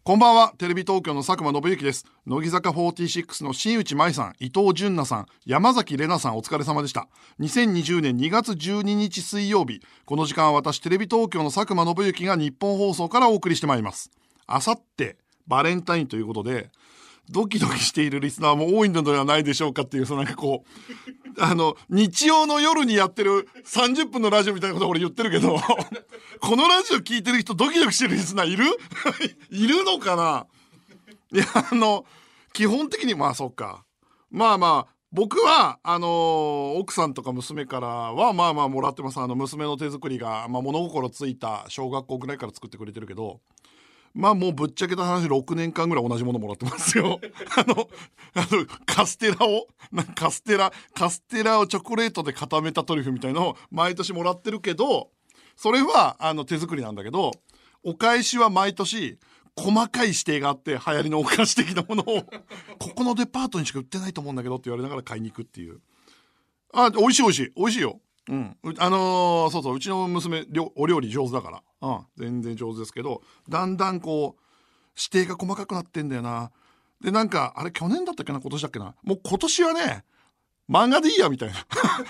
こんばんは、テレビ東京の佐久間信之です。乃木坂46の新内舞さん、伊藤純奈さん、山崎怜奈さん、お疲れ様でした。2020年2月12日水曜日、この時間は私テレビ東京の佐久間信之が日本放送からお送りしてまいります。あさってバレンタインということで、ドキドキしているリスナーも多いのではないでしょうかっていう、なんかこう日曜の夜にやってる30分のラジオみたいなことを俺言ってるけどこのラジオ聞いてる人ドキドキしてるリスナーいるいるのかな。いや基本的にそっか、僕は奥さんとか娘からはもらってます。娘の手作りが、物心ついた小学校ぐらいから作ってくれてるけど、もうぶっちゃけた話6年間ぐらい同じものもらってますよカステラをチョコレートで固めたトリュフみたいのを毎年もらってるけど、それは手作りなんだけど、お返しは毎年細かい指定があって、流行りのお菓子的なものをここのデパートにしか売ってないと思うんだけどって言われながら買いに行くっていう。美味しいよ。そう、うちの娘お料理上手だから、全然上手ですけど、だんだんこう指定が細かくなってんだよな。であれ去年だったっけな、今年だっけな、もう今年はね漫画でいいやみたいな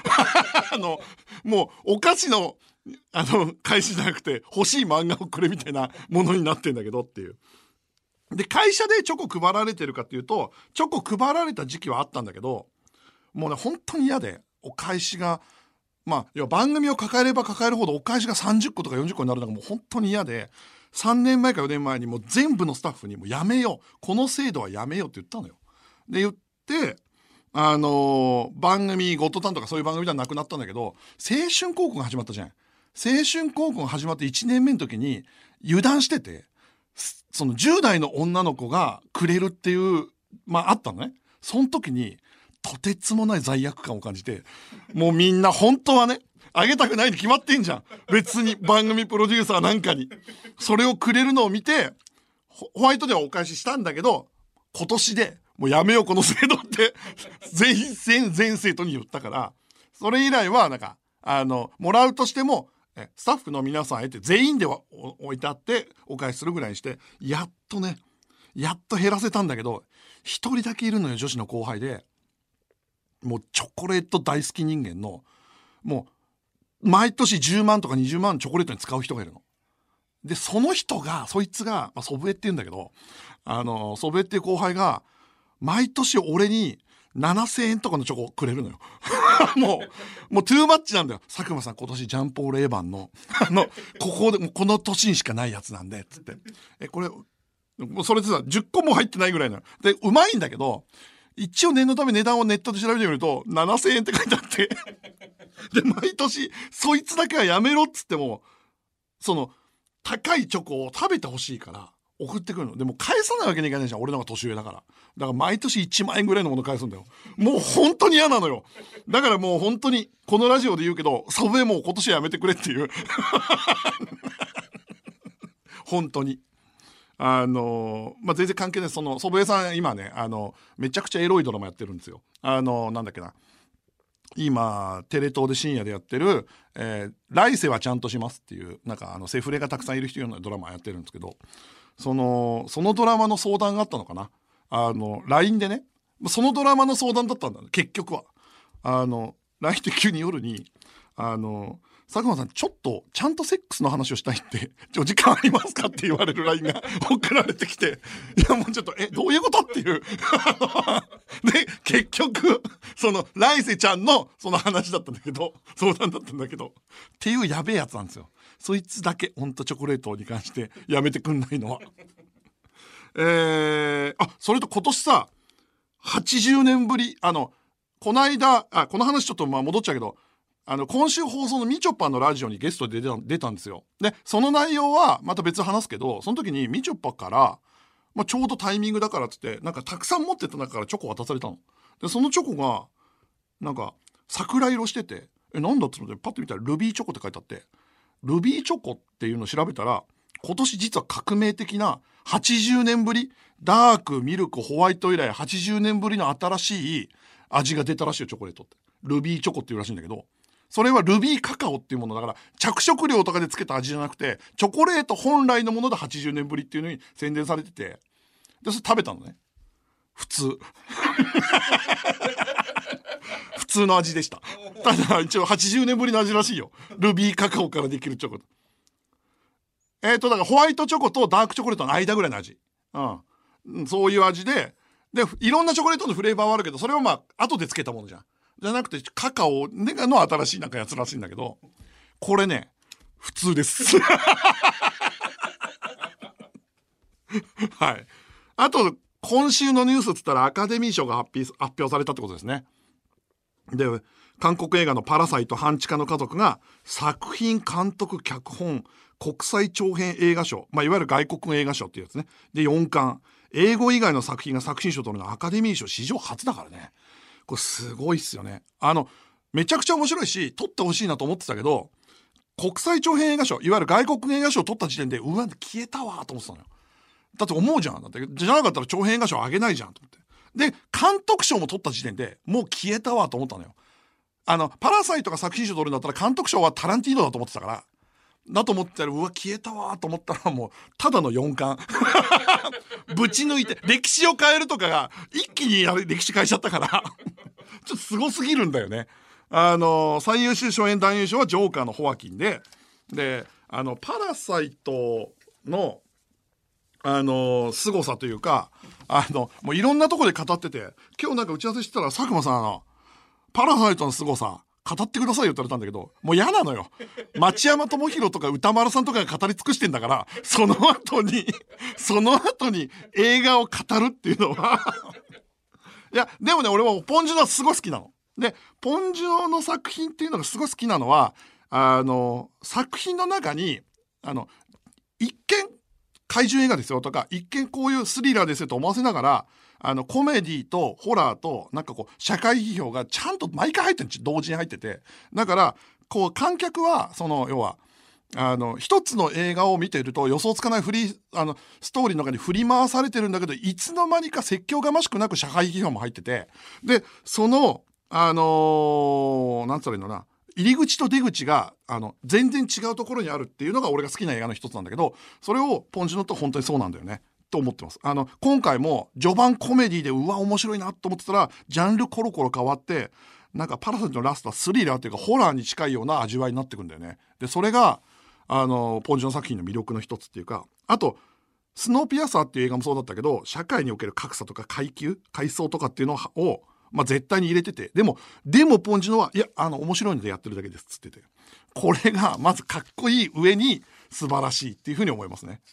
もうお菓子の返しじゃなくて欲しい漫画をくれみたいなものになってんだけどっていう。で会社でチョコ配られてるかっていうと、チョコ配られた時期はあったんだけど、もうね本当に嫌で、お返しが要は番組を抱えれば抱えるほどお返しが30個とか40個になるのがもう本当に嫌で、3年前か4年前にもう全部のスタッフにもうやめよう、この制度はやめようって言ったのよ。で言って番組ゴッドタンとかそういう番組ではなくなったんだけど、青春高校が始まったじゃん。青春高校が始まって1年目の時に油断してて、その10代の女の子がくれるっていうあったのね。その時にとてつもない罪悪感を感じて、もうみんな本当はねあげたくないに決まってんじゃん、別に番組プロデューサーなんかにそれをくれるのを見て、ホワイトではお返ししたんだけど、今年でもうやめようこの制度って全生徒に言ったから、それ以来はもらうとしてもスタッフの皆さん全員では置いてあってお返しするぐらいにして、やっと減らせたんだけど、一人だけいるのよ、女子の後輩で。もうチョコレート大好き人間の、もう毎年10万とか20万チョコレートに使う人がいるの。でそいつが、祖父江って言うんだけど、祖父江っていう後輩が毎年俺に7000円とかのチョコくれるのよもうトゥーマッチなんだよ。佐久間さん今年ジャンポール・エヴァンのこの年にしかないやつなんでつって、これもうそれでさ10個も入ってないぐらいなので、うまいんだけど、一応念のため値段をネットで調べてみると7000円って書いてあってで毎年そいつだけはやめろっつっても、その高いチョコを食べてほしいから送ってくるの。でも返さないわけにいかないじゃん、俺の方が年上だから。だから毎年1万円ぐらいのもの返すんだよ。もう本当に嫌なのよ。だからもう本当にこのラジオで言うけど、祖父江もう今年はやめてくれっていう本当に全然関係ない。その祖父江さん今ねめちゃくちゃエロいドラマやってるんですよ。なんだっけな、今テレ東で深夜でやってる、来世はちゃんとしますっていうセフレがたくさんいる人ようなドラマやってるんですけど、そのドラマの相談があったのかな、LINE でね、そのドラマの相談だったんだね結局は。LINE で急に夜に佐久間さんちょっとちゃんとセックスの話をしたいってお時間ありますかって言われる LINE が送られてきて、いやもうちょっとどういうことっていうで結局その来世ちゃんのその話だったんだけど、相談だったんだけどっていうやべえやつなんですよ。そいつだけほんとチョコレートに関してやめてくんないのはそれと今年さ80年ぶりこの間この話ちょっと戻っちゃうけど、今週放送のみちょぱのラジオにゲストで出たんですよ。でその内容はまた別に話すけど、その時にみちょぱから、ちょうどタイミングだからっつってたくさん持ってた中からチョコ渡されたの。でそのチョコが桜色してて、なんだっつうのでパッと見たらルビーチョコって書いてあって、ルビーチョコっていうのを調べたら、今年実は革命的な80年ぶり、ダークミルクホワイト以来80年ぶりの新しい味が出たらしいよ、チョコレートって。ルビーチョコっていうらしいんだけど、 それはルビーカカオっていうものだから、着色料とかでつけた味じゃなくて、チョコレート本来のもので80年ぶりっていうのに宣伝されてて、で、それ食べたのね。普通。普通の味でした。ただ、一応80年ぶりの味らしいよ。ルビーカカオからできるチョコ。だからホワイトチョコとダークチョコレートの間ぐらいの味。うん。そういう味で、で、いろんなチョコレートのフレーバーはあるけど、それはまあ、後でつけたものじゃん。じゃなくて、カカオの新しいなんかやつらしいんだけど、これね、普通です。はい。あと、今週のニュースって言ったらアカデミー賞が発表されたってことですね。で、韓国映画のパラサイト半地下の家族が作品監督脚本国際長編映画賞、いわゆる外国映画賞っていうやつね。で、4冠。英語以外の作品が作品賞を取るのはアカデミー賞史上初だからね。これすごいっすよね。めちゃくちゃ面白いし、取ってほしいなと思ってたけど、国際長編映画賞、いわゆる外国映画賞を取った時点で、うわ、消えたわと思ってたのよ。だって思うじゃん。だって、じゃなかったら長編映画賞あげないじゃんと思って。で、監督賞も取った時点でもう消えたわと思ったのよ。パラサイトが作品賞取るんだったら監督賞はタランティーノだと思ってたから。だと思ってたら、うわ、消えたわと思ったらもう、ただの4冠。ぶち抜いて、歴史を変えるとかが、一気に歴史変えちゃったから、ちょっとすごすぎるんだよね。最優秀初演男優賞はジョーカーのホアキンで、パラサイトの、凄さというか、もういろんなとこで語ってて、今日なんか打ち合わせしてたら、佐久間さん、パラサイトの凄さ、語ってくださいよって言われたんだけど、もう嫌なのよ。町山智博とか歌丸さんとかが語り尽くしてんだから、その後に映画を語るっていうのは、いや、でもね、俺はポン・ジュノはすごい好きなの。で、ポン・ジュノの作品っていうのがすごい好きなのは、作品の中に、一見、怪獣映画ですよとか、一見こういうスリラーですよと思わせながら、コメディとホラーと、なんかこう、社会批評がちゃんと毎回入ってるんですよ。同時に入ってて。だから、こう、観客は、要は、一つの映画を見ていると予想つかないストーリーの中に振り回されてるんだけど、いつの間にか説教がましくなく社会批評も入ってて、で、なんつったらいいのかな、入り口と出口が、全然違うところにあるっていうのが俺が好きな映画の一つなんだけど、それをポン・ジュノって本当にそうなんだよね。と思ってます。今回も序盤コメディでうわ面白いなと思ってたら、ジャンルコロコロ変わって、なんかパラサイトのラストはスリラーっていうかホラーに近いような味わいになってくんだよね。で、それが、ポン・ジュノ作品の魅力の一つっていうか、あと、スノーピアサーっていう映画もそうだったけど、社会における格差とか階層とかっていうのを、絶対に入れてて、でもポン・ジュノは、いや、面白いのでやってるだけですっつってて。これが、まずかっこいい上に素晴らしいっていうふうに思いますね。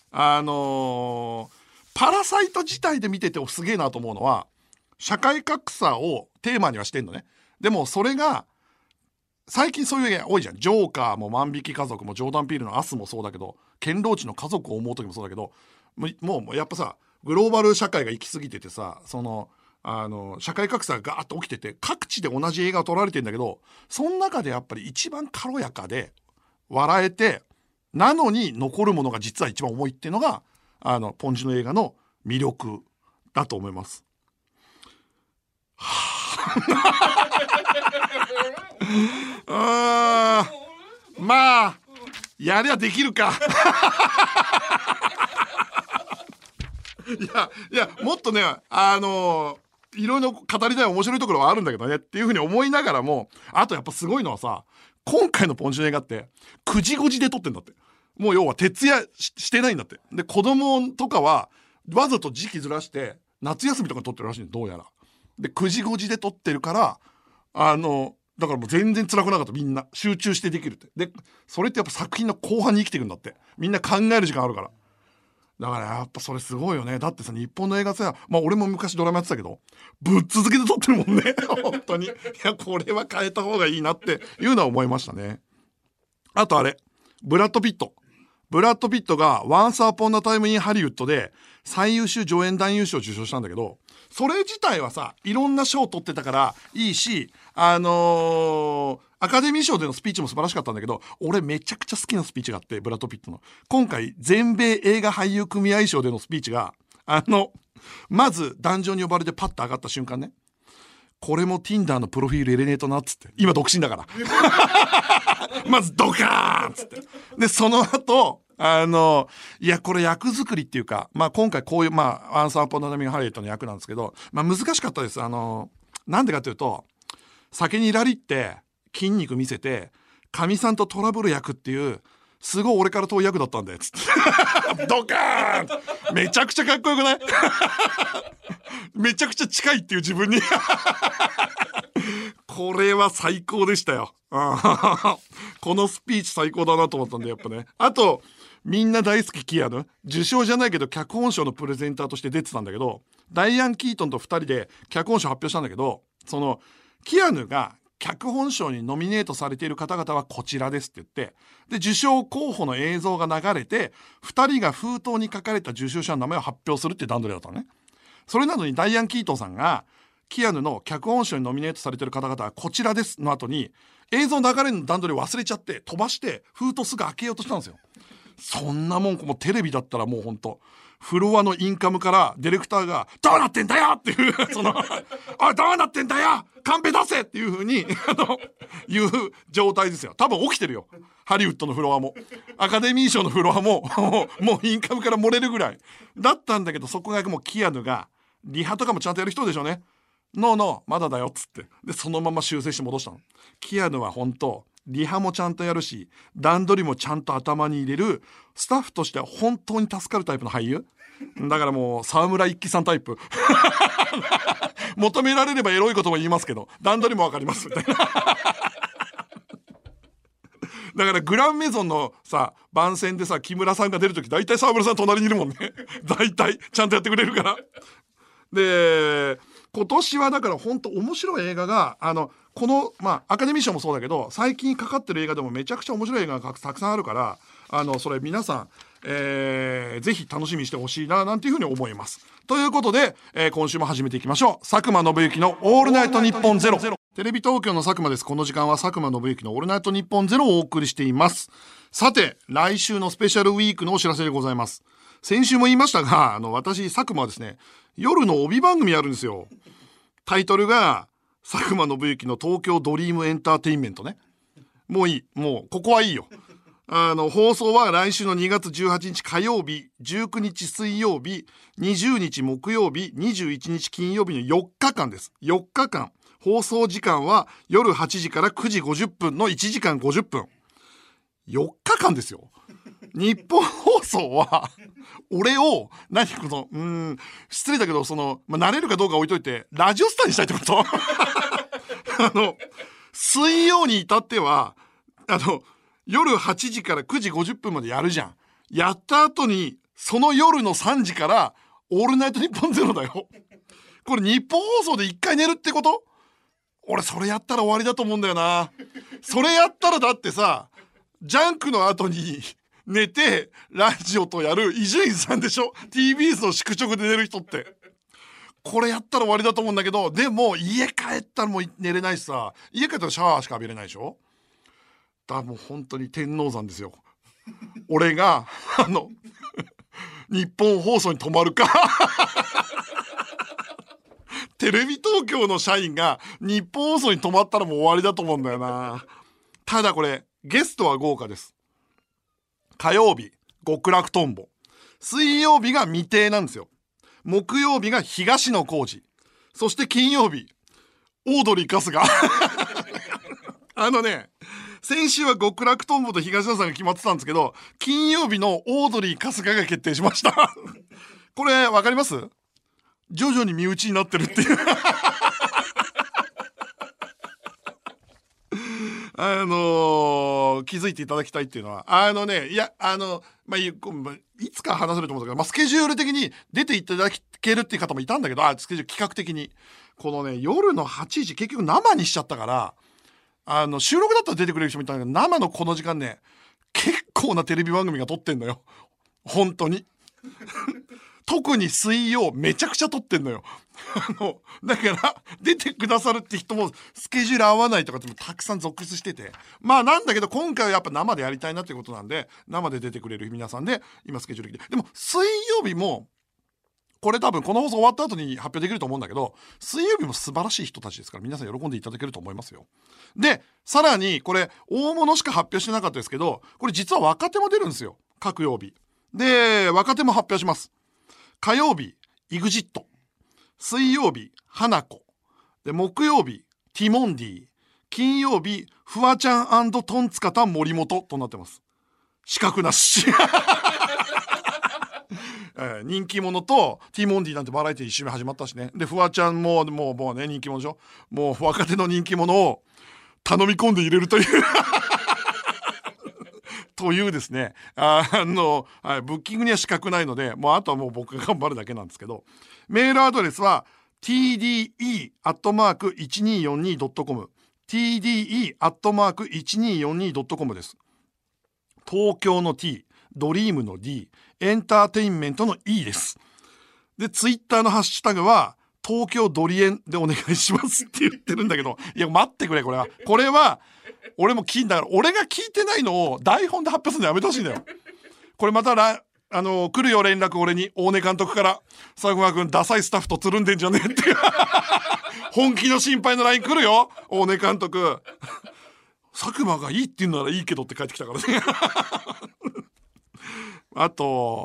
パラサイト自体で見ててすげえなと思うのは、社会格差をテーマにはしてんのね。でもそれが、最近そういう映画多いじゃん。ジョーカーも万引き家族もジョーダン・ピールのアスもそうだけど、堅牢地の家族を思う時もそうだけど、もうやっぱさ、グローバル社会が行き過ぎててさ、社会格差がガーッと起きてて、各地で同じ映画を撮られてんだけど、その中でやっぱり一番軽やかで、笑えて、なのに残るものが実は一番重いっていうのが、ポン・ジュノ映画の魅力だと思います。まあ、やりゃできるか。いや、もっとね、いろいろ語りたい面白いところはあるんだけどねっていうふうに思いながらも、あとやっぱすごいのはさ、今回のポン・ジュノ映画って9時5時で撮ってんだって。もう要は徹夜してないんだって。で、子供とかはわざと時期ずらして夏休みとか撮ってるらしいの、どうやら。で、9時5時で撮ってるから、だからもう全然辛くなかった。みんな集中してできるって。で、それってやっぱ作品の後半に生きていくんだって。みんな考える時間あるから。だからやっぱそれすごいよね。だってさ、日本の映画さ、俺も昔ドラマやってたけど、ぶっ続けて撮ってるもんね。本当に。いや、これは変えた方がいいなっていうのは思いましたね。あとあれ、ブラッド・ピットが Once Upon a Time in Hollywood で最優秀助演男優賞を受賞したんだけど、それ自体はさ、いろんな賞を取ってたからいいし、アカデミー賞でのスピーチも素晴らしかったんだけど、俺めちゃくちゃ好きなスピーチがあって、ブラッド・ピットの。今回、全米映画俳優組合賞でのスピーチが、まず壇上に呼ばれてパッと上がった瞬間ね、 これも Tinder のプロフィール入れねえとなっつって。今独身だから。まずドカーンっつって。で、その後、いや、これ役作りっていうか、まあ今回こういう、まあ、アンサーポンダナミンハリエットの役なんですけど、まあ難しかったです。なんでかっていうと、酒にラリって筋肉見せて、かみさんとトラブル役っていう、すごい俺から遠い役だったんだよ、つって。ドカーンめちゃくちゃかっこよくないめちゃくちゃ近いっていう自分に。これは最高でしたよ。このスピーチ最高だなと思ったんで、やっぱね。あと、みんな大好きキアヌ。受賞じゃないけど、脚本賞のプレゼンターとして出てたんだけど、ダイアン・キートンと2人で脚本賞発表したんだけど、その、キアヌが脚本賞にノミネートされている方々はこちらですって言って、で、受賞候補の映像が流れて、2人が封筒に書かれた受賞者の名前を発表するって段取りだったのね。それなのにダイアン・キートンさんが、キアヌの脚本賞にノミネートされている方々はこちらですの後に、映像流れの段取り忘れちゃって飛ばして封筒すぐ開けようとしたんですよ。そんなもんもうテレビだったらもうほんとフロアのインカムからディレクターがどうなってんだよっていうそのおいどうなってんだよカンペ出せっていう風にいう状態ですよ。多分起きてるよ。ハリウッドのフロアもアカデミー賞のフロアももうインカムから漏れるぐらいだったんだけど、そこがもうキアヌがリハとかもちゃんとやる人でしょうね。ノーノーまだだよっつって、でそのまま修正して戻したの。キアヌは本当リハもちゃんとやるし段取りもちゃんと頭に入れるスタッフとしては本当に助かるタイプの俳優だから、もう沢村一樹さんタイプ求められればエロいことも言いますけど段取りもわかりますみたいなだからグランメゾンのさ番宣でさ木村さんが出るとき大体沢村さん隣にいるもんね大体ちゃんとやってくれるから。で今年はだから本当面白い映画がこのまあアカデミー賞もそうだけど最近かかってる映画でもめちゃくちゃ面白い映画がたくさんあるからそれ皆さん、ぜひ楽しみにしてほしいななんていうふうに思います。ということで、今週も始めていきましょう。佐久間信之のオールナイトニッポンゼロ。テレビ東京の佐久間です。この時間は佐久間信之のオールナイトニッポンゼロをお送りしています。さて来週のスペシャルウィークのお知らせでございます。先週も言いましたが私佐久間はですね夜の帯番組やるんですよ。タイトルが佐久間信之の東京ドリームエンターテインメントね。もういい、もうここはいいよ。放送は来週の2月18日火曜日、19日水曜日、20日木曜日、21日金曜日の4日間です。4日間。放送時間は夜8時から9時50分の1時間50分。4日間ですよ。日本放送は俺を失礼だけど慣れるかどうか置いといてラジオスターにしたいってこと水曜に至っては夜8時から9時50分までやるじゃん。やった後にその夜の3時からオールナイトニッポンゼロだよ。これ日本放送で1回寝るってこと？俺それやったら終わりだと思うんだよな。それやったらだってさジャンクの後に寝てラジオとやる伊集院さんでしょ。 TBS の宿直で寝る人ってこれやったら終わりだと思うんだけど、でも家帰ったらもう寝れないしさ、家帰ったらシャワーしか浴びれないでしょ。だからもう本当に天王山ですよ。俺が日本放送に泊まるかテレビ東京の社員が日本放送に泊まったらもう終わりだと思うんだよな。ただこれゲストは豪華です。火曜日極楽とんぼ、水曜日が未定なんですよ。木曜日が東野幸治、そして金曜日オードリー春日先週は極楽とんぼと東野さんが決まってたんですけど、金曜日のオードリー春日が決定しましたこれわかります？徐々に身内になってるっていう気づいていただきたいっていうのはいつか話せると思うんだけど、スケジュール的に出ていただけるっていう方もいたんだけど、スケジュール企画的にこのね夜の8時結局生にしちゃったから収録だったら出てくれる人もいたんだけど、生のこの時間ね結構なテレビ番組が撮ってんのよ本当に特に水曜めちゃくちゃ撮ってんのよだから出てくださるって人もスケジュール合わないとかってもたくさん続出してて、なんだけど今回はやっぱ生でやりたいなっていうことなんで生で出てくれる皆さんで今スケジュールで、でも水曜日もこれ多分この放送終わった後に発表できると思うんだけど、水曜日も素晴らしい人たちですから、皆さん喜んでいただけると思いますよ。で、さらにこれ大物しか発表してなかったですけど、これ実は若手も出るんですよ、各曜日で。若手も発表します。火曜日 EXIT、 水曜日花子で、木曜日ティモンディ、金曜日フワちゃんトンツカタン森本となってます。資格なし人気者とティモンディなんてバラエティ一緒に始まったしね。でフワちゃんももうね人気者でしょ。もう若手の人気者を頼み込んで入れるというというですね、ブッキングには資格ないので、もうあとはもう僕が頑張るだけなんですけど、メールアドレスは tde@1242.com、 tde@1242.com です。東京の T、 ドリームの D、 エンターテインメントの E です。でツイッターのハッシュタグは東京ドリエンでお願いしますって言ってるんだけど、いや待ってくれ、これは俺も聞いたから、俺が聞いてないのを台本で発表するのやめてほしいんだよ。これまた来るよ連絡、俺に大根監督から佐久間君ダサいスタッフとつるんでんじゃねえって本気の心配の LINE 来るよ。大根監督佐久間がいいって言うならいいけどって帰ってきたからねあと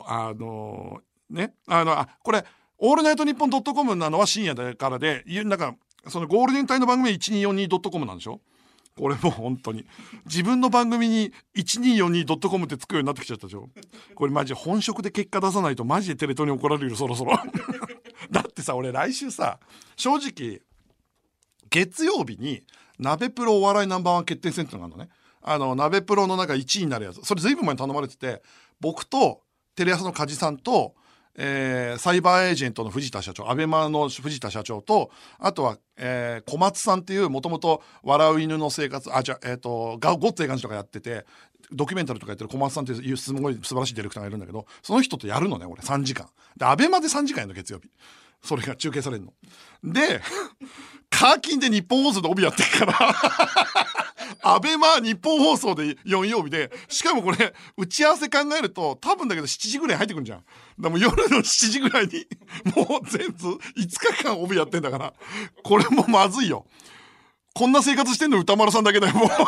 これオールナイトニッポン.com なのは深夜だからで、なんかそのゴールデン帯の番組は 1242.com なんでしょ。これもう本当に自分の番組に 1242.com ってつくようになってきちゃったでしょ。これマジ本職で結果出さないとマジでテレ東に怒られるよ、そろそろだってさ、俺来週さ、正直月曜日に鍋プロお笑いナンバーワン決定戦ってのがあるのね。鍋プロの中1位になるやつ、それずいぶん前に頼まれてて、僕とテレ朝の梶さんとサイバーエージェントの藤田社長、アベマの藤田社長と、あとは、小松さんっていうもともと笑う犬の生活、ごっつええ感じとかやっててドキュメンタルとかやってる小松さんっていうすごい素晴らしいディレクターがいるんだけど、その人とやるのね、俺3時間で、アベマで3時間やるの、月曜日。それが中継されるのでカーキンで日本放送で帯やってるからアベマ日本放送で4曜日で、しかもこれ打ち合わせ考えると多分だけど7時ぐらい入ってくるじゃん。でも夜の7時ぐらいにもう全部5日間帯やってんだから、これもまずいよ。こんな生活してんの歌丸さんだけだよ、もう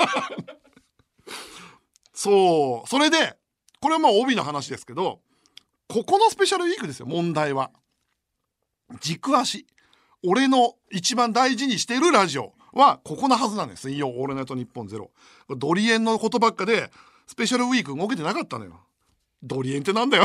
そう、それでこれはまあ帯の話ですけど、ここのスペシャルウィークですよ。問題は軸足、俺の一番大事にしているラジオはここなはずなんです。水曜オールナイトニッポンゼロ。ドリエンのことばっかでスペシャルウィーク動けてなかったのよ。ドリエンってなんだよ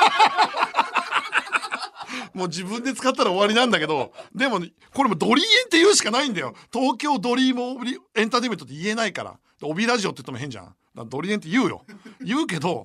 もう自分で使ったら終わりなんだけど、でもこれもドリエンって言うしかないんだよ。東京ドリームエンターテインメントって言えないから、帯ラジオって言っても変じゃん。だからドリエンって言うよ、言うけど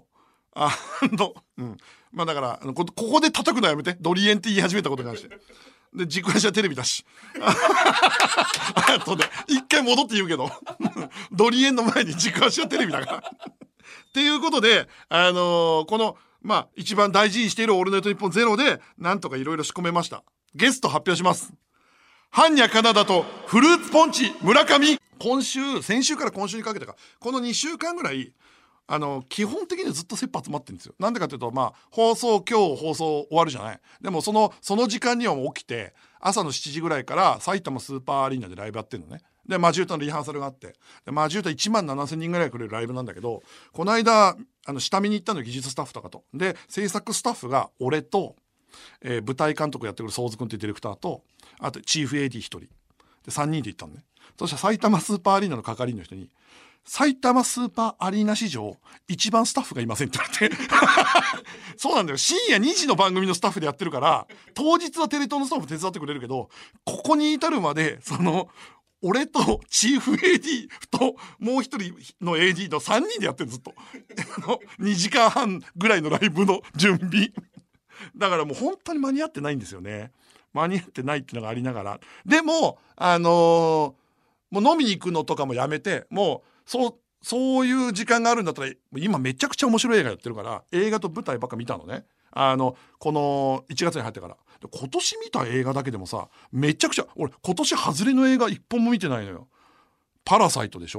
まあだからここで叩くのやめて、ドリエンって言い始めたことに関して。で軸足はテレビだしあとで一回戻って言うけどドリエンの前に軸足はテレビだからっていうことで、このまあ一番大事にしているオールナイトニッポンゼロでなんとかいろいろ仕込めました。ゲスト発表します。ハンニャカナダとフルーツポンチ村上。先週から今週にかけてか、この2週間ぐらい基本的にずっと切羽詰まってるんですよ。なんでかというと、まあ今日放送終わるじゃない。でもその時間にはもう起きて、朝の7時ぐらいから埼玉スーパーアリーナでライブやってるのね。でマジ歌のリハーサルがあって、でマジ歌1万7,000人ぐらい来るライブなんだけど、この間下見に行ったのよ、技術スタッフとかと。で制作スタッフが俺と、舞台監督やってくるソーズ君っていうディレクターと、あとチーフ AD1 人で3人で行ったのね。そしたら埼玉スーパーアリーナの係員の人に、埼玉スーパーアリーナ史上一番スタッフがいませんって言われてそうなんだよ、深夜2時の番組のスタッフでやってるから、当日はテレ東のスタッフ手伝ってくれるけど、ここに至るまで俺とチーフ AD ともう一人の AD の3人でやってる、ずっと2時間半ぐらいのライブの準備だからもう本当に間に合ってないんですよね。間に合ってないっていうのがありながら、でももう飲みに行くのとかもやめて、もうそういう時間があるんだったら、今めちゃくちゃ面白い映画やってるから、映画と舞台ばっか見たのね。この1月に入ってから。で今年見た映画だけでもさ、めちゃくちゃ、俺今年外れの映画1本も見てないのよ。パラサイトでしょ。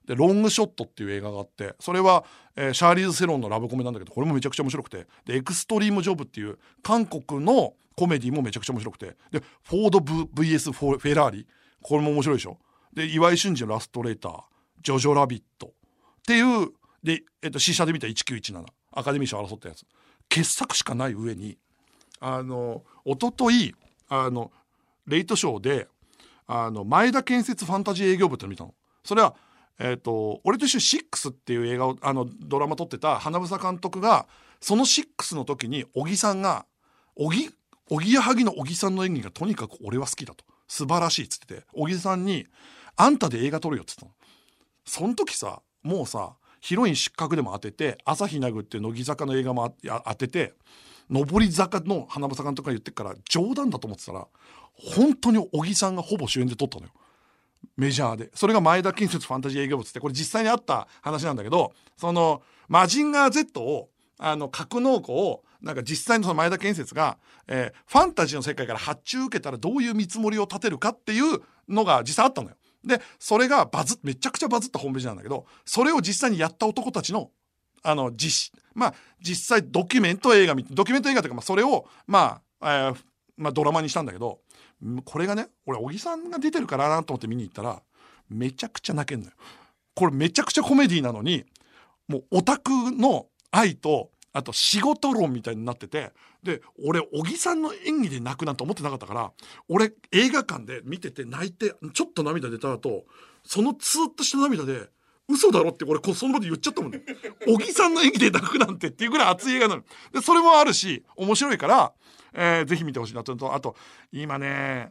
でロングショットっていう映画があって、それは、シャーリーズ・セロンのラブコメなんだけど、これもめちゃくちゃ面白くて、でエクストリーム・ジョブっていう韓国のコメディもめちゃくちゃ面白くて、でフォード VS フェラーリ、これも面白いでしょ。で岩井俊二のラストレーター、ジョジョラビットっていうで、試写で見た1917アカデミー賞を争ったやつ、傑作しかない上に、一昨日レイトショーで前田建設ファンタジー営業部っての見たの。それは俺と一緒に6っていう映画をドラマ撮ってた花房監督が、その6の時に小木さんがおぎやはぎの小木さんの演技がとにかく俺は好きだと、素晴らしいっつってて、小木さんにあんたで映画撮るよっつったの。その時さ、もうさヒロイン失格でも当てて、朝日奈ぐっていう乃木坂の映画も当てて、上り坂の花房監督が言ってっから冗談だと思ってたら、本当に小木さんがほぼ主演で撮ったのよ、メジャーで。それが前田建設ファンタジー営業部って、これ実際にあった話なんだけど、そのマジンガー Z を格納庫をなんか実際のその前田建設が、ファンタジーの世界から発注受けたらどういう見積もりを立てるかっていうのが実際あったのよ。でそれがめちゃくちゃバズったホームページなんだけど、それを実際にやった男たちの実際ドキュメント映画というか、それをドラマにしたんだけど、これがね、俺小木さんが出てるからなと思って見に行ったら、めちゃくちゃ泣けんのよ。これめちゃくちゃコメディなのに、もうオタクの愛とあと仕事論みたいになってて、で俺小木さんの演技で泣くなんて思ってなかったから、俺映画館で見てて泣いてちょっと涙出た後、そのツーッとした涙で嘘だろって俺その場で言っちゃったもんね。小木さんの演技で泣くなんてっていうぐらい熱い映画なので、それもあるし面白いから、ぜひ見てほしいなと。あと今ね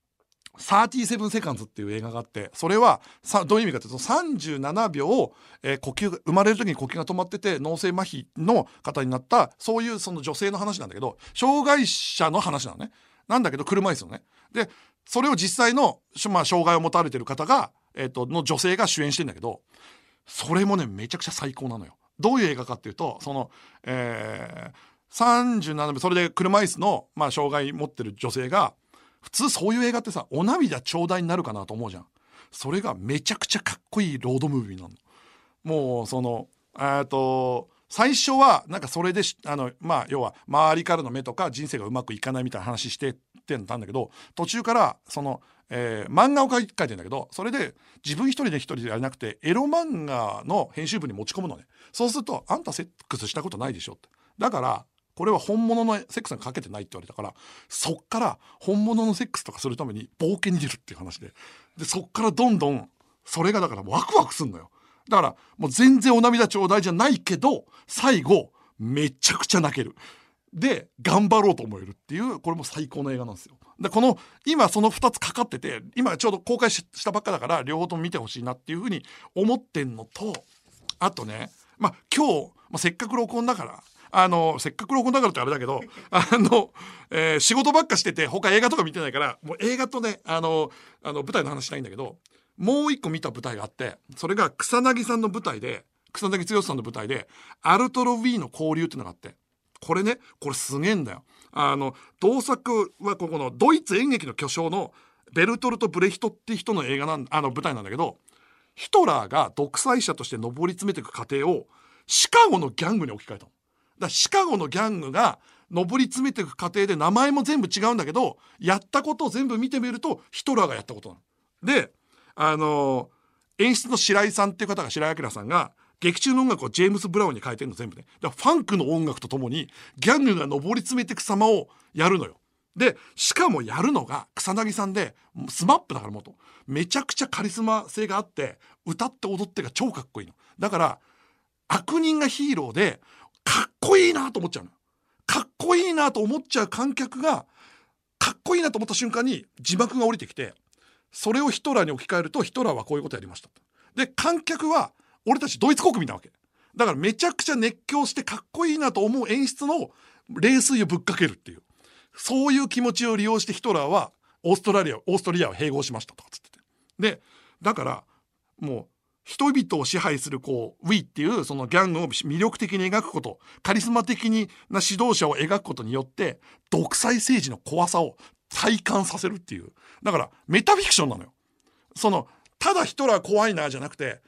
37セカンズっていう映画があって、それはどういう意味かというと、37秒、生まれる時に呼吸が止まってて脳性麻痺の方になった、そういうその女性の話なんだけど、障害者の話なのね。なんだけど車椅子のね。でそれを実際の、障害を持たれてる方が、の女性が主演してんだけど、それもねめちゃくちゃ最高なのよ。どういう映画かっていうと、その、37秒、それで車椅子の、障害持ってる女性が、普通そういう映画ってさ、お涙ちょうだいになるかなと思うじゃん。それがめちゃくちゃかっこいいロードムービーなの。もうその最初はなんかそれで要は周りからの目とか人生がうまくいかないみたいな話してってたんだけど、途中からその、漫画を書いてんだけど、それで自分一人でやらなくてエロ漫画の編集部に持ち込むのね。そうすると、あんたセックスしたことないでしょって、だからこれは本物のセックスにかけてないって言われたから、そっから本物のセックスとかするために冒険に出るっていう話で、そっからどんどんそれがだからワクワクすんのよ。だからもう全然お涙ちょうだいじゃないけど、最後めちゃくちゃ泣ける。で頑張ろうと思えるっていう、これも最高の映画なんですよ。でこの今その2つかかってて、今ちょうど公開したばっかだから両方とも見てほしいなっていうふうに思ってんのと、あとね、今日、せっかく録音だからせっかく録音だからってあれだけど仕事ばっかしてて他映画とか見てないから、もう映画とね舞台の話したいんだけど、もう一個見た舞台があって、それが草薙さんの舞台で、草薙剛さんの舞台でアルトロ・ウィーの交流っていうのがあって、これすげえんだよ。同作はここのドイツ演劇の巨匠のベルトルト・ブレヒトって人の映画舞台なんだけど、ヒトラーが独裁者として上り詰めていく過程をシカゴのギャングに置き換えたの。だシカゴのギャングが上り詰めていく過程で名前も全部違うんだけど、やったことを全部見てみるとヒトラーがやったことなので、演出の白井さんっていう方が、白井明さんが劇中の音楽をジェームス・ブラウンに変えてるの全部ね。だからファンクの音楽とともにギャングが上り詰めていく様をやるのよ。でしかもやるのが草薙さんで、スマップだから、元めちゃくちゃカリスマ性があって、歌って踊ってが超かっこいいの。だから悪人がヒーローでかっこいいなと思っちゃうの。かっこいいなと思っちゃう観客が、かっこいいなと思った瞬間に字幕が降りてきて、それをヒトラーに置き換えると、ヒトラーはこういうことやりました。で観客は俺たちドイツ国民なわけだから、めちゃくちゃ熱狂してかっこいいなと思う演出の冷水をぶっかけるっていう、そういう気持ちを利用してヒトラーはオーストリアを併合しましたとかつってて、でだからもう人々を支配するウィーっていうそのギャングを魅力的に描くこと、カリスマ的な指導者を描くことによって独裁政治の怖さを体感させるっていう、だからメタフィクションなのよ。そのただヒトラー怖いなじゃなくて、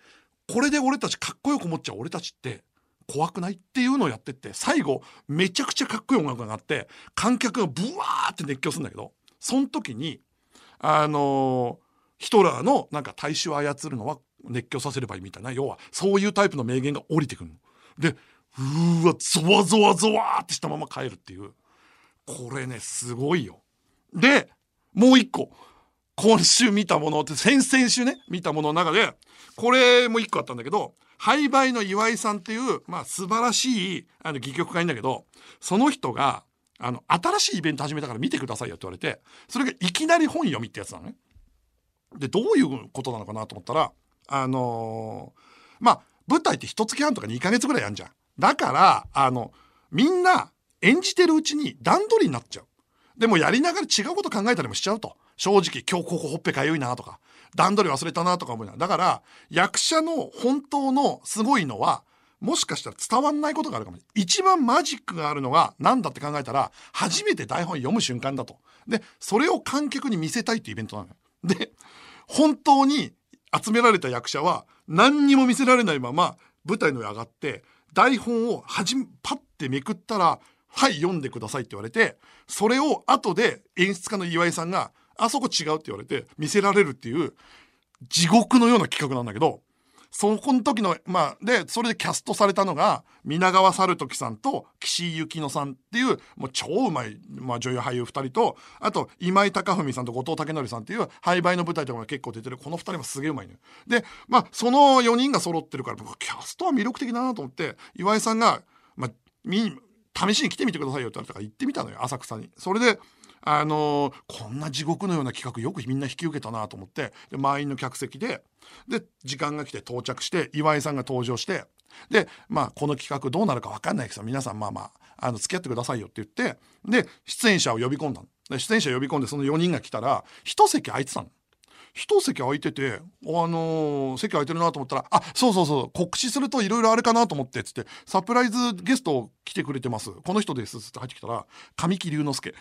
これで俺たちかっこよく思っちゃう俺たちって怖くないっていうのをやってって、最後めちゃくちゃかっこいい音楽があって観客がブワーって熱狂するんだけど、その時にヒトラーのなんか大衆を操るのは熱狂させればいいみたいな、要はそういうタイプの名言が降りてくるので、うーわゾワゾワゾワーってしたまま帰るっていう、これねすごいよ。でもう一個今週見たものって、先々週ね見たものの中でこれも一個あったんだけど、廃売の岩井さんっていう、まあ、素晴らしい戯曲家いんだけど、その人が新しいイベント始めたから見てくださいよって言われて、それがいきなり本読みってやつなのね。でどういうことなのかなと思ったら、まあ舞台って1月半とか2ヶ月ぐらいやんじゃん。だからみんな演じてるうちに段取りになっちゃう。でもやりながら違うこと考えたりもしちゃうと。正直今日ここほっぺかゆいなとか段取り忘れたなとか思うな。だから役者の本当のすごいのは、もしかしたら伝わんないことがあるかもしれない。一番マジックがあるのが何だって考えたら、初めて台本読む瞬間だと。でそれを観客に見せたいっていうイベントなのよ。で本当に集められた役者は何にも見せられないまま舞台の上上がって台本をパッてめくったら、はい読んでくださいって言われて、それを後で演出家の岩井さんがあそこ違うって言われて見せられるっていう地獄のような企画なんだけど、そこの時のでそれでキャストされたのが皆川猿時さんと岸井ゆきのさんっていうもう超うまい、女優俳優2人と、あと今井貴文さんと後藤武則さんっていう廃売の舞台とかが結構出てるこの2人もすげえうまいのよ。でその4人が揃ってるから、僕キャストは魅力的だなと思って、岩井さんが、試しに来てみてくださいよって言われたから行ってみたのよ、浅草に。それでこんな地獄のような企画よくみんな引き受けたなと思って、で満員の客席で時間が来て到着して岩井さんが登場して、でこの企画どうなるか分かんないけど皆さん付き合ってくださいよって言って、で出演者を呼び込んだの。で出演者呼び込んでその4人が来たら一席空いてたの。一席空いてて、席空いてるなと思ったら、そう告知するといろいろあれかなと思ってつってサプライズゲスト来てくれてます、この人ですって入ってきたら神木隆之介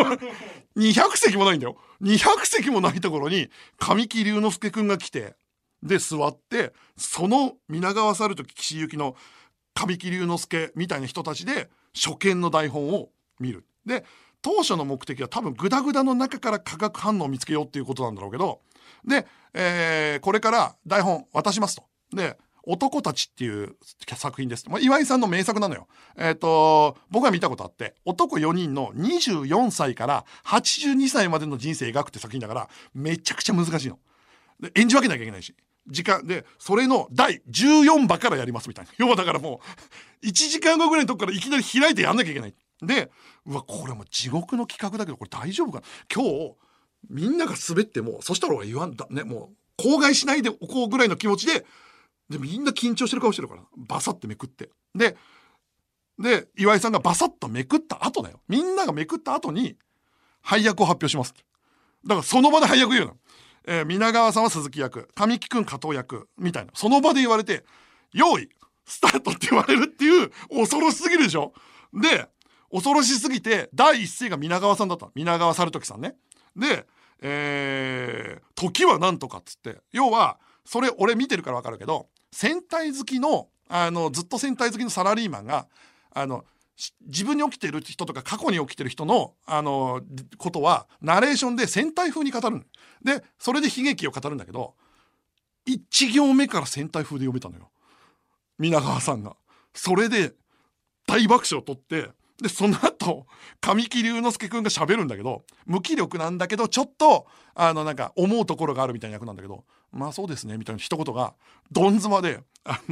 200席もないんだよ。200席もないところに神木隆之介くんが来て、で座って、その皆川猿時岸由紀の神木隆之介みたいな人たちで初見の台本を見る。で当初の目的は多分グダグダの中から化学反応を見つけようっていうことなんだろうけど、で、これから台本渡しますと。で男たちっていう作品です。岩井さんの名作なのよ。僕が見たことあって、男4人の24歳から82歳までの人生描くって作品だから、めちゃくちゃ難しいの。で演じ分けなきゃいけないし、時間でそれの第14話からやりますみたいな。要はだからもう1時間後ぐらいのとこからいきなり開いてやんなきゃいけない。でこれも地獄の企画だけどこれ大丈夫かな、今日みんなが滑ってもそしたら俺言わんだね、もう口外しないでおこうぐらいの気持ちでみんな緊張してる顔してるからバサッてめくって、で岩井さんがバサッとめくった後だよ、みんながめくった後に配役を発表しますって。だからその場で配役言うの。皆川さんは鈴木役、神木くん加藤役みたいな、その場で言われて用意スタートって言われるっていう、恐ろしすぎるでしょ。で恐ろしすぎて第一声が皆川さんだった、皆川猿時さんね。で時はなんとかっつって、要はそれ俺見てるから分かるけど、戦隊好きのずっと戦隊好きのサラリーマンが自分に起きてる人とか過去に起きてる人のことはナレーションで戦隊風に語るで、それで悲劇を語るんだけど、1行目から戦隊風で読めたのよ、皆川さんが。それで大爆笑を取って、でその後神木隆之介くんが喋るんだけど、無気力なんだけどちょっとなんか思うところがあるみたいな役なんだけど、そうですねみたいな一言がどん詰まで、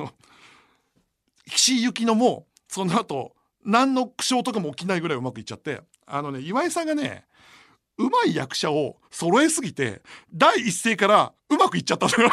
岸井ゆきのもその後何の苦笑とかも起きないぐらいうまくいっちゃって、岩井さんがねうまい役者を揃えすぎて第一声からうまくいっちゃったのよ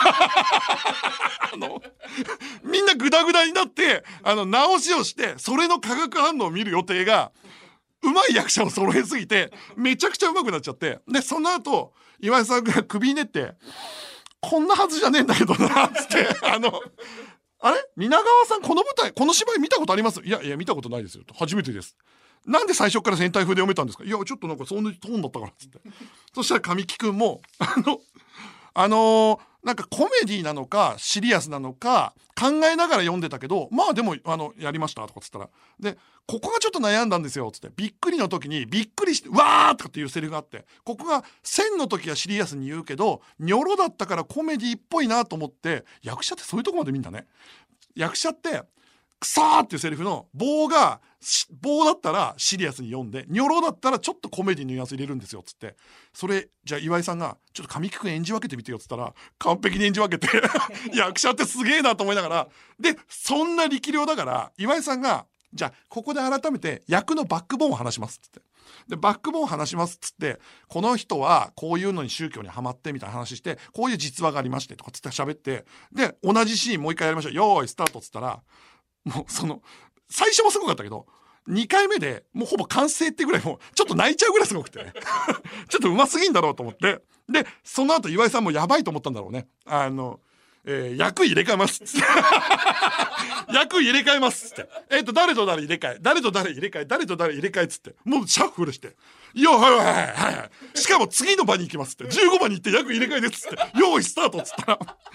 みんなグダグダになって直しをしてそれの化学反応を見る予定が、うまい役者を揃えすぎてめちゃくちゃうまくなっちゃって、でその後岩井さんが首ひねってこんなはずじゃねえんだけどなっつってあれ皆川さんこの舞台この芝居見たことあります？いや見たことないですよと、初めてです。なんで最初から戦隊風で読めたんですか？いやちょっとなんかそんなトーンだったからっつってそしたら神木くんもなんかコメディなのかシリアスなのか考えながら読んでたけど、まあでもやりましたとかつったら、でここがちょっと悩んだんですよつって、びっくりの時にびっくりしてわーとかっていうセリフがあって、ここが線の時はシリアスに言うけどニョロだったからコメディっぽいなと思って、役者ってそういうとこまで見んだね。役者ってクソーっていうセリフの棒だったらシリアスに読んで、ニョロだったらちょっとコメディのニュアンス入れるんですよっつって、それじゃあ岩井さんがちょっと神木君演じ分けてみてよっつったら完璧に演じ分けて役者ってすげえなと思いながら、でそんな力量だから岩井さんがじゃあここで改めて役のバックボーンを話しますっつって、でバックボーン話しますっつって、この人はこういうのに宗教にはまってみたいな話して、こういう実話がありましてとかつって喋って、で同じシーンもう一回やりましょう、よーいスタートっつったら、もう最初もすごかったけど2回目でもうほぼ完成ってぐらい、もうちょっと泣いちゃうぐらいすごくてちょっとうますぎんだろうと思って、でその後岩井さんもやばいと思ったんだろうね。役入れ替えますっつって役入れ替えますっつって、誰と誰入れ替え、誰と誰入れ替え、誰と誰入れ替えっつって、もうシャッフルして、いやはいはいはいはい、しかも次の場に行きますって、15番に行って役入れ替えですっつって、用意スタートっつった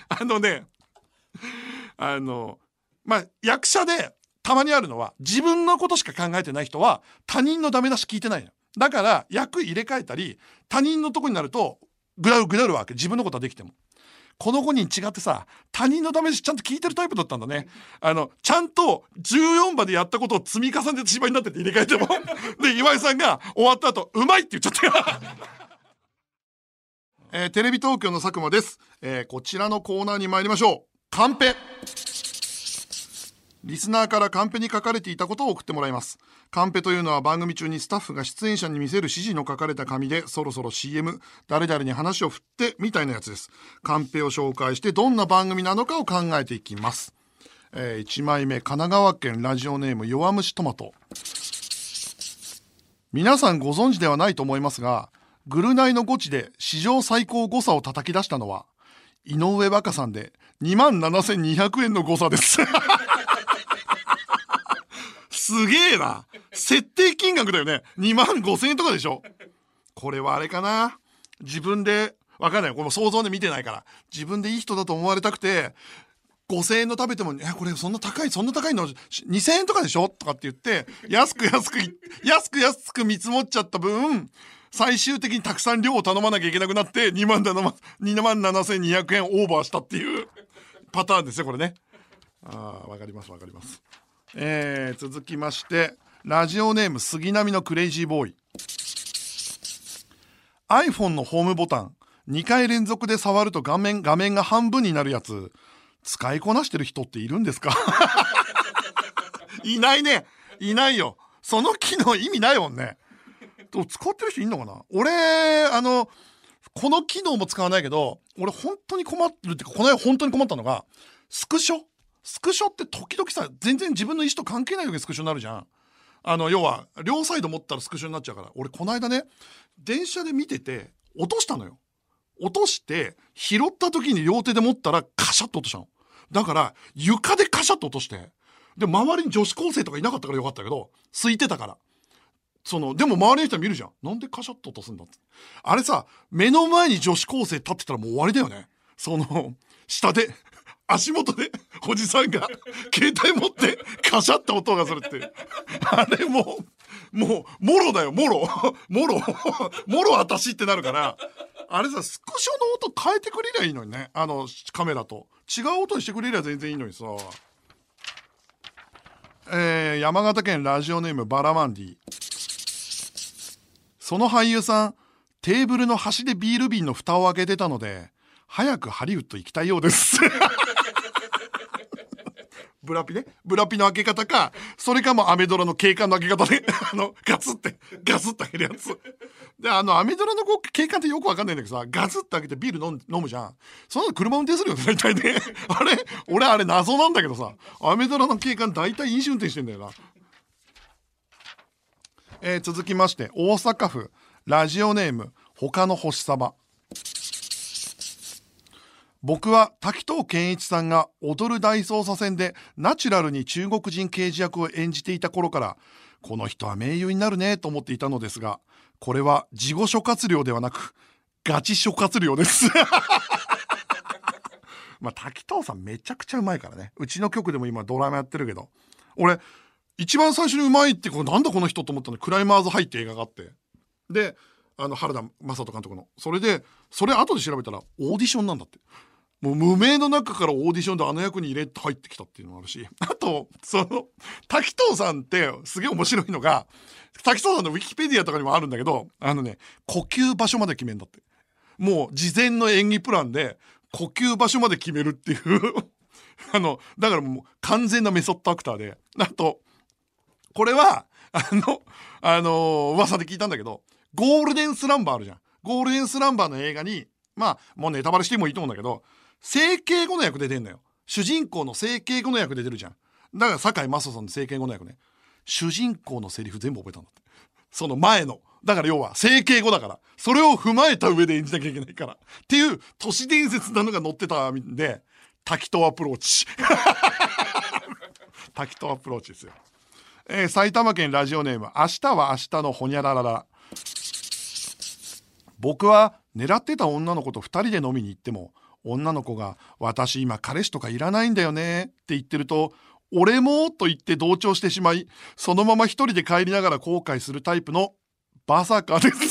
らまあ役者でたまにあるのは、自分のことしか考えてない人は他人のダメ出し聞いてないの。だから役入れ替えたり他人のとこになるとぐだるわけ、自分のことはできても。この5人違ってさ、他人のダメ出しちゃんと聞いてるタイプだったんだね。ちゃんと14場でやったことを積み重ねて芝居になってて入れ替えてもで岩井さんが終わった後うまいって言っちゃったテレビ東京の佐久間です。こちらのコーナーに参りましょう。カンペ。リスナーからカンペに書かれていたことを送ってもらいます。カンペというのは番組中にスタッフが出演者に見せる指示の書かれた紙で、そろそろ CM、誰々に話を振ってみたいなやつです。カンペを紹介してどんな番組なのかを考えていきます。1枚目、神奈川県ラジオネーム弱虫トマト。皆さんご存知ではないと思いますが、グルナイのゴチで史上最高誤差を叩き出したのは井上和香さんで27,200円の誤差ですすげえな。設定金額だよね。25,000円とかでしょ。これはあれかな、自分でわかんない、これも想像で見てないから、自分でいい人だと思われたくて5,000円の食べても、これそんな高いの2,000円とかでしょとかって言って安く見積もっちゃった分、最終的にたくさん量を頼まなきゃいけなくなって27,200円オーバーしたっていうパターンですよこれね。わかります。続きましてラジオネーム杉並のクレイジーボーイ。 iPhone のホームボタン2回連続で触ると画面が半分になるやつ、使いこなしてる人っているんですかいないね。いないよ。その機能意味ないもんね。使ってる人いんのかな。俺この機能も使わないけど、俺本当に困ってるっていうか、この間本当に困ったのがスクショって時々さ、全然自分の意思と関係ない時にスクショになるじゃん。要は両サイド持ったらスクショになっちゃうから。俺この間ね、電車で見てて落としたのよ。落として拾った時に両手で持ったらカシャッと落としたの。だから床でカシャッと落として、で周りに女子高生とかいなかったからよかったけど、空いてたから、でも周りの人は見るじゃん。なんでカシャッと落とすんだって。あれさ、目の前に女子高生立ってたらもう終わりだよね。下で足元でおじさんが携帯持ってカシャッと音がするって、あれもろだよ、もろ私ってなるから、あれさ、スクショの音変えてくれりゃいいのにね。カメラと違う音にしてくれりゃ全然いいのにさ。山形県ラジオネームバラマンディ。その俳優さん、テーブルの端でビール瓶の蓋を開けてたので早くハリウッド行きたいようですブラピの開け方か、それかもアメドラの警官の開け方でガツって開けるやつで、アメドラの警官ってよくわかんないんだけどさ、ガツって開けてビール飲むじゃん。その後車運転するよね大体ね俺あれ謎なんだけどさ、アメドラの警官大体飲酒運転してんだよな。続きまして大阪府ラジオネーム他の星さば。僕は滝藤賢一さんが踊る大捜査線でナチュラルに中国人刑事役を演じていた頃から、この人は名優になるねと思っていたのですが、これは事後諸葛亮ではなくガチ諸葛亮ですまあ滝藤さんめちゃくちゃうまいからね。うちの局でも今ドラマやってるけど、俺一番最初にうまいってなんだこの人と思ったの。クライマーズハイって映画があって、で原田雅人監督の、それ後で調べたらオーディションなんだって。もう無名の中からオーディションであの役に入れて入ってきたっていうのもあるし、あと滝藤さんってすげえ面白いのが、滝藤さんのウィキペディアとかにもあるんだけど、呼吸場所まで決めんだって。もう事前の演技プランで呼吸場所まで決めるっていうだからもう完全なメソッドアクターで、あとこれは噂で聞いたんだけど、ゴールデンスランバーあるじゃん。ゴールデンスランバーの映画に、まあもうネタバレしてもいいと思うんだけど、整形後の役で出んのよ。主人公の整形後の役で出るじゃん。だから堺雅人さんの整形後の役ね。主人公のセリフ全部覚えたんだって。その前の。だから要は整形後だから、それを踏まえた上で演じなきゃいけないからっていう都市伝説なのが載ってたんで、滝とアプローチ滝とアプローチですよ。埼玉県ラジオネーム、明日は明日のほにゃららら。僕は狙ってた女の子と2人で飲みに行っても、女の子が私今彼氏とかいらないんだよねって言ってると、俺もと言って同調してしまい、そのまま一人で帰りながら後悔するタイプのバサカです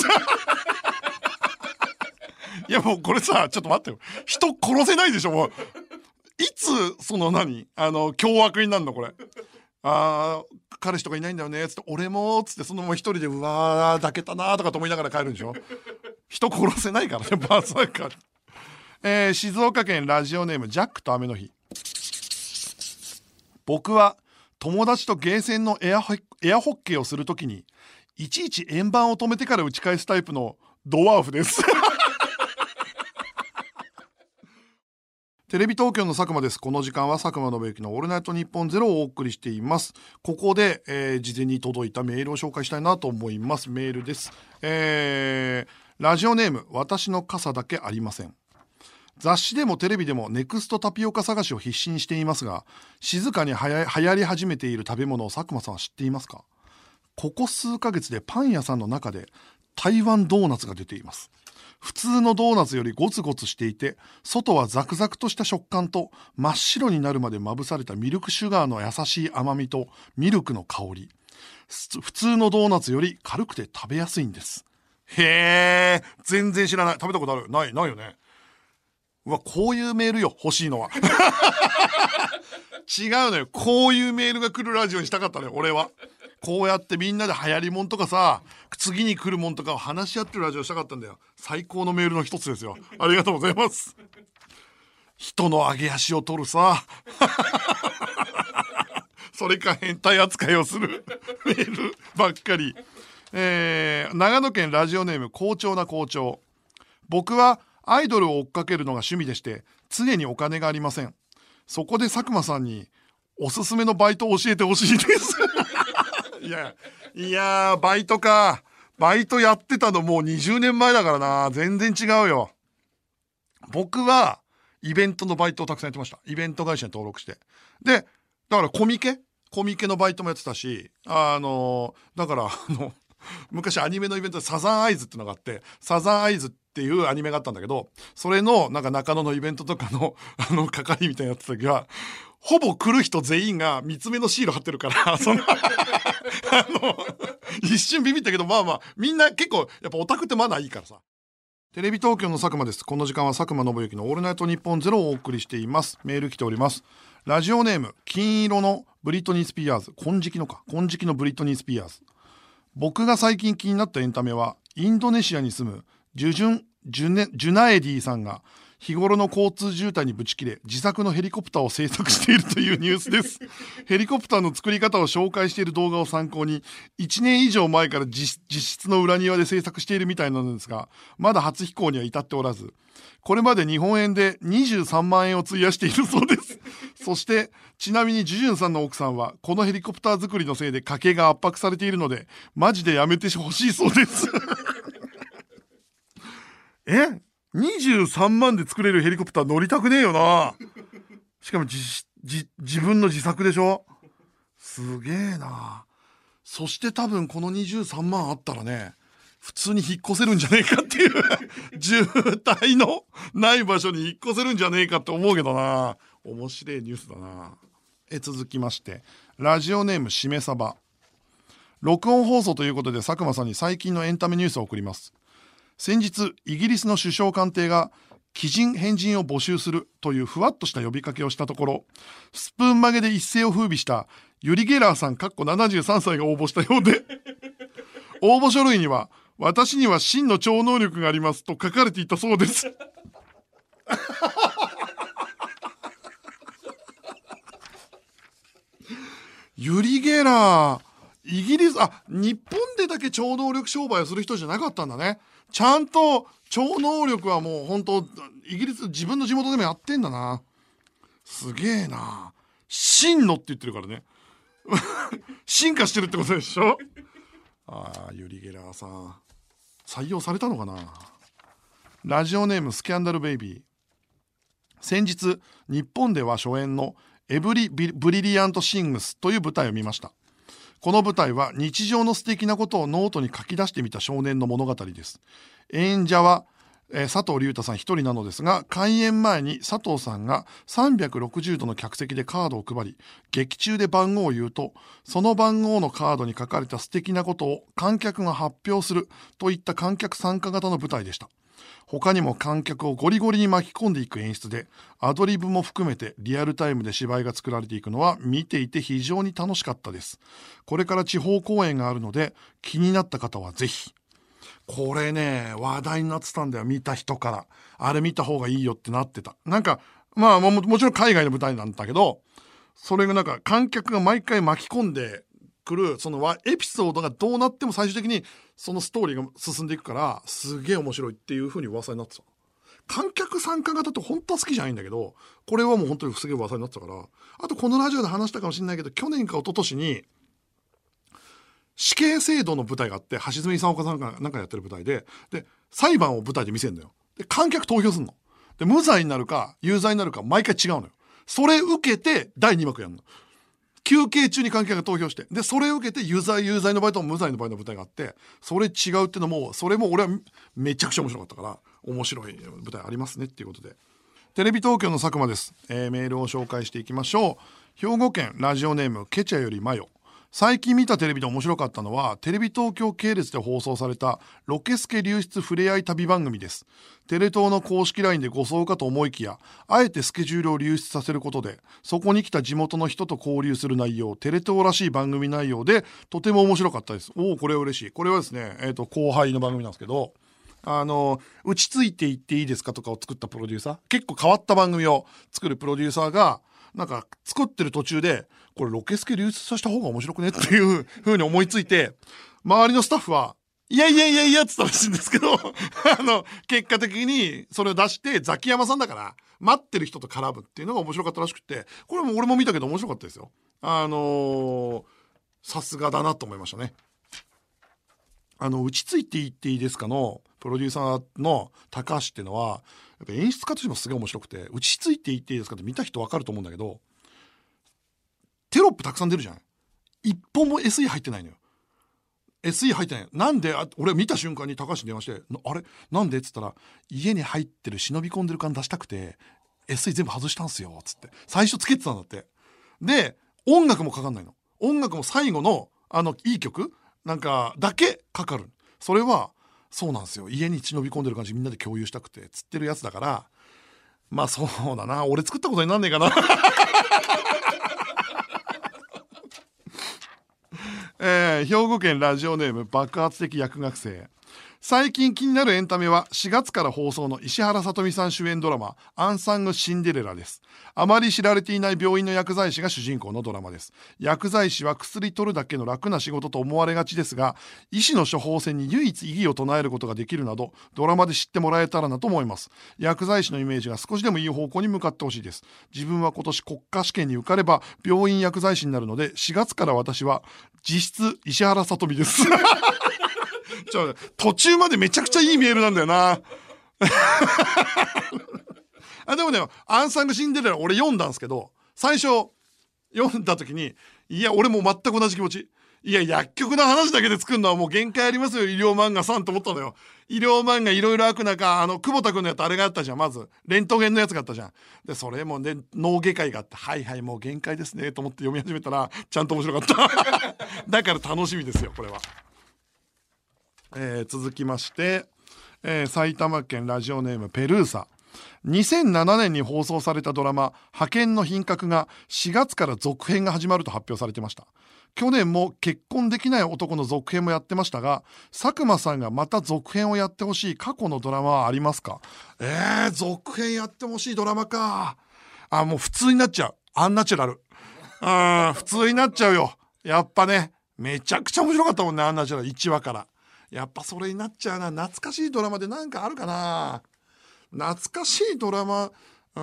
いやもうこれさ、ちょっと待ってよ、人殺せないでしょ。もういつ凶悪になるのこれ。彼氏とかいないんだよねつって、俺もつって、そのまま一人でうわー抱けたなーとかと思いながら帰るんでしょ。人殺せないからね、バサカ。静岡県ラジオネーム、ジャックと雨の日。僕は友達とゲーセンのエアホッケーをするときにいちいち円盤を止めてから打ち返すタイプのドワーフですテレビ東京の佐久間です。この時間は佐久間信之のオールナイトニッポンゼロをお送りしています。ここで、事前に届いたメールを紹介したいなと思います。メールです。ラジオネーム、私の傘だけありません。雑誌でもテレビでもネクストタピオカ探しを必死にしていますが、静かに流行り始めている食べ物を佐久間さんは知っていますか？ここ数ヶ月でパン屋さんの中で台湾ドーナツが出ています。普通のドーナツよりゴツゴツしていて、外はザクザクとした食感と真っ白になるまでまぶされたミルクシュガーの優しい甘みとミルクの香り。普通のドーナツより軽くて食べやすいんです。へー、全然知らない。食べたことある？ないよね。うわ、こういうメールよ、欲しいのは。違うのよ。こういうメールが来るラジオにしたかったのよ、俺は。こうやってみんなで流行りもんとかさ、次に来るもんとかを話し合ってるラジオしたかったんだよ。最高のメールの一つですよ。ありがとうございます。人の上げ足を取るさ。それか変態扱いをするメールばっかり。長野県ラジオネーム、好調な校長。僕はアイドルを追っかけるのが趣味でして、常にお金がありません。そこで佐久間さんにおすすめのバイトを教えてほしいですいやバイトか。バイトやってたのもう20年前だからな。全然違うよ。僕はイベントのバイトをたくさんやってました。イベント会社に登録して。で、だからコミケのバイトもやってたし、だから昔アニメのイベントでサザンアイズってのがあって、サザンアイズっていうアニメがあったんだけど、それのなんか中野のイベントとかの係みたいなやつ時は、ほぼ来る人全員が三つ目のシール貼ってるから一瞬ビビったけど、まあまあみんな結構やっぱオタクってマナーいいからさ。テレビ東京の佐久間です。この時間は佐久間信之のオールナイトニッポンゼロをお送りしています。メール来ております。ラジオネーム、金色のブリトニー・スピアーズ。金色のブリトニー・スピアーズ。僕が最近気になったエンタメは、インドネシアに住むジュナエディさんが日頃の交通渋滞にぶち切れ自作のヘリコプターを製作しているというニュースです。ヘリコプターの作り方を紹介している動画を参考に1年以上前から実質の裏庭で製作しているみたいなのですが、まだ初飛行には至っておらず、これまで日本円で23万円を費やしているそうです。そしてちなみにジュジュンさんの奥さんはこのヘリコプター作りのせいで家計が圧迫されているのでマジでやめてほしいそうです23万で作れるヘリコプター乗りたくねえよな。しかも自分の自作でしょ。すげえな。そして多分この23万あったらね、 普通に引っ越せるんじゃねえかっていう渋滞のない場所に引っ越せるんじゃねえかって思うけどな。面白いニュースだな。続きまして、ラジオネームしめさば。録音放送ということで佐久間さんに最近のエンタメニュースを送ります。先日イギリスの首相官邸が奇人変人を募集するというふわっとした呼びかけをしたところ、スプーン曲げで一世を風靡したユリ・ゲラーさん73歳が応募したようで応募書類には私には真の超能力がありますと書かれていたそうですユリ・ゲラー、イギリス、日本でだけ超能力商売をする人じゃなかったんだね。ちゃんと超能力はもう本当イギリス自分の地元でもやってんだな。すげえな。真のって言ってるからね進化してるってことでしょ。ユリ・ゲラーさん採用されたのかな。ラジオネームスキャンダルベイビー。先日日本では初演のエブリ・ブリリアント・シングスという舞台を見ました。この舞台は日常の素敵なことをノートに書き出してみた少年の物語です。演者は、佐藤隆太さん一人なのですが、開演前に佐藤さんが360度の客席でカードを配り、劇中で番号を言うと、その番号のカードに書かれた素敵なことを観客が発表するといった観客参加型の舞台でした。他にも観客をゴリゴリに巻き込んでいく演出で、アドリブも含めてリアルタイムで芝居が作られていくのは見ていて非常に楽しかったです。これから地方公演があるので気になった方はぜひ。これね、話題になってたんだよ、見た人から。あれ見た方がいいよってなってた。なんかもちろん海外の舞台なんだけど、それがなんか観客が毎回巻き込んでくるそのエピソードがどうなっても最終的にそのストーリーが進んでいくからすげえ面白いっていう風に噂になってた。観客参加型って本当は好きじゃないんだけど、これはもう本当にすげえ噂になってたから。あとこのラジオで話したかもしれないけど、去年か一昨年に死刑制度の舞台があって、橋爪功さんがなんかやってる舞台で裁判を舞台で見せるのよ。で観客投票するので、無罪になるか有罪になるか毎回違うのよ。それ受けて第2幕やるの。休憩中に観客が投票して、でそれを受けて有罪の場合と無罪の場合の舞台があって、それ違うっていうのも、それも俺はめちゃくちゃ面白かったから、面白い舞台ありますねっていうことで。テレビ東京の佐久間です。メールを紹介していきましょう。兵庫県ラジオネームケチャよりマヨ。最近見たテレビで面白かったのは、テレビ東京系列で放送されたロケスケ流出ふれあい旅番組です。テレ東の公式 LINE でご相かと思いきや、あえてスケジュールを流出させることで、そこに来た地元の人と交流する内容、テレ東らしい番組内容でとても面白かったです。これは嬉しい。これはですね、後輩の番組なんですけど、打ちついていっていいですかとかを作ったプロデューサー、結構変わった番組を作るプロデューサーがなんか作ってる途中で、これロケスケ流出させた方が面白くねっていう風に思いついて、周りのスタッフはいやって言ったらしいんですけど結果的にそれを出してザキヤマさんだから待ってる人と絡むっていうのが面白かったらしくて、これも俺も見たけど面白かったですよ。さすがだなと思いましたね。打ちついていっていいですかのプロデューサーの高橋っていうのはやっぱ演出家としてもすげえ面白くて、打ちついていっていいですかって見た人分かると思うんだけど、テロップたくさん出るじゃん。一本も SE 入ってないのよ。SE 入ってない。なんで俺見た瞬間に高橋に電話して、あれなんでっつったら、家に入ってる忍び込んでる感出したくて SE 全部外したんすよつって最初つけてたんだって。で音楽もかかんないの。音楽も最後のいい曲なんかだけかかる。それはそうなんですよ、家に忍び込んでる感じみんなで共有したくてつってるやつだから、まあそうだな、俺作ったことになんねえかな兵庫県ラジオネーム爆発的薬学生。最近気になるエンタメは4月から放送の石原さとみさん主演ドラマアンサングシンデレラです。あまり知られていない病院の薬剤師が主人公のドラマです。薬剤師は薬取るだけの楽な仕事と思われがちですが、医師の処方箋に唯一異議を唱えることができるなどドラマで知ってもらえたらなと思います。薬剤師のイメージが少しでもいい方向に向かってほしいです。自分は今年国家試験に受かれば病院薬剤師になるので、4月から私は実質石原さとみです途中までめちゃくちゃいいメールなんだよなでもね、アンサングシンデレラ俺読んだんですけど、最初読んだ時にいや俺も全く同じ気持ち。 いや、薬局の話だけで作るのはもう限界ありますよ、医療漫画さんと思ったのよ。医療漫画いろいろ開く中、久保田君のやつあれがあったじゃん、まず。レントゲンのやつがあったじゃん。で、それもね、脳外科医があって、はいはい、もう限界ですね、と思って読み始めたら、ちゃんと面白かった。だから楽しみですよ、これは。続きまして、埼玉県ラジオネームペルーサ。2007年に放送されたドラマ派遣の品格が4月から続編が始まると発表されてました。去年も結婚できない男の続編もやってましたが、佐久間さんがまた続編をやってほしい過去のドラマはありますか？続編やってほしいドラマか。もう普通になっちゃう。アンナチュラル。普通になっちゃうよ。やっぱね、めちゃくちゃ面白かったもんね、アンナチュラル1話から。やっぱそれになっちゃうな。懐かしいドラマでなんかあるかな。懐かしいドラマ、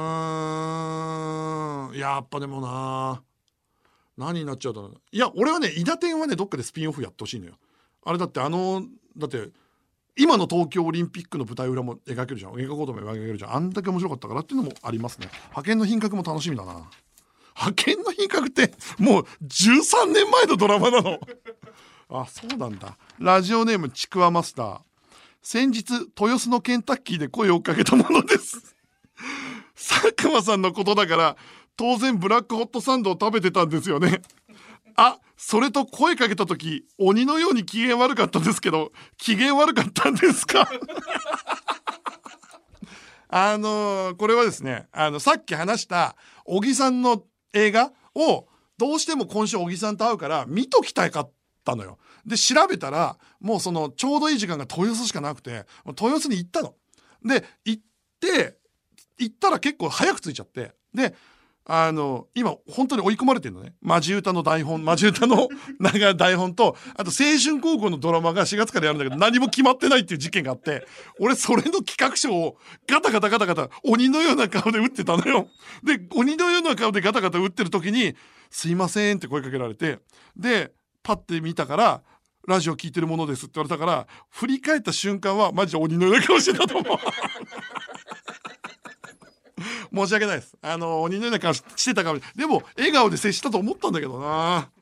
やっぱでもな、何になっちゃうだろう。いや、俺はね、伊達天はね、どっかでスピンオフやってほしいのよ。あれだってだって今の東京オリンピックの舞台裏も描けるじゃん。映画コードも描けるじゃん。あんだけ面白かったからっていうのもありますね。派遣の品格も楽しみだな。派遣の品格ってもう13年前のドラマなの。あ、そうなんだ。ラジオネームちくわマスター。先日豊洲のケンタッキーで声をかけたものです。佐久間さんのことだから当然ブラックホットサンドを食べてたんですよね。それと声かけた時鬼のように機嫌悪かったですけど、機嫌悪かったんですか？これはですね、さっき話した小木さんの映画をどうしても今週小木さんと会うから見ときたかったのよ。で調べたらもうそのちょうどいい時間が豊洲しかなくて、豊洲に行ったの。で行ったら結構早く着いちゃって、で今本当に追い込まれてるのね。マジ歌の台本とあと青春高校のドラマが4月からやるんだけど何も決まってないっていう事件があって、俺それの企画書をガタガタ鬼のような顔で打ってたのよ。で鬼のような顔でガタガタ打ってる時にすいませんって声かけられて、でパッて見たからラジオ聞いてるものですって言われたから、振り返った瞬間はマジで鬼のような顔してたと思う。申し訳ないです。鬼のような顔してたかも。でも笑顔で接したと思ったんだけどな。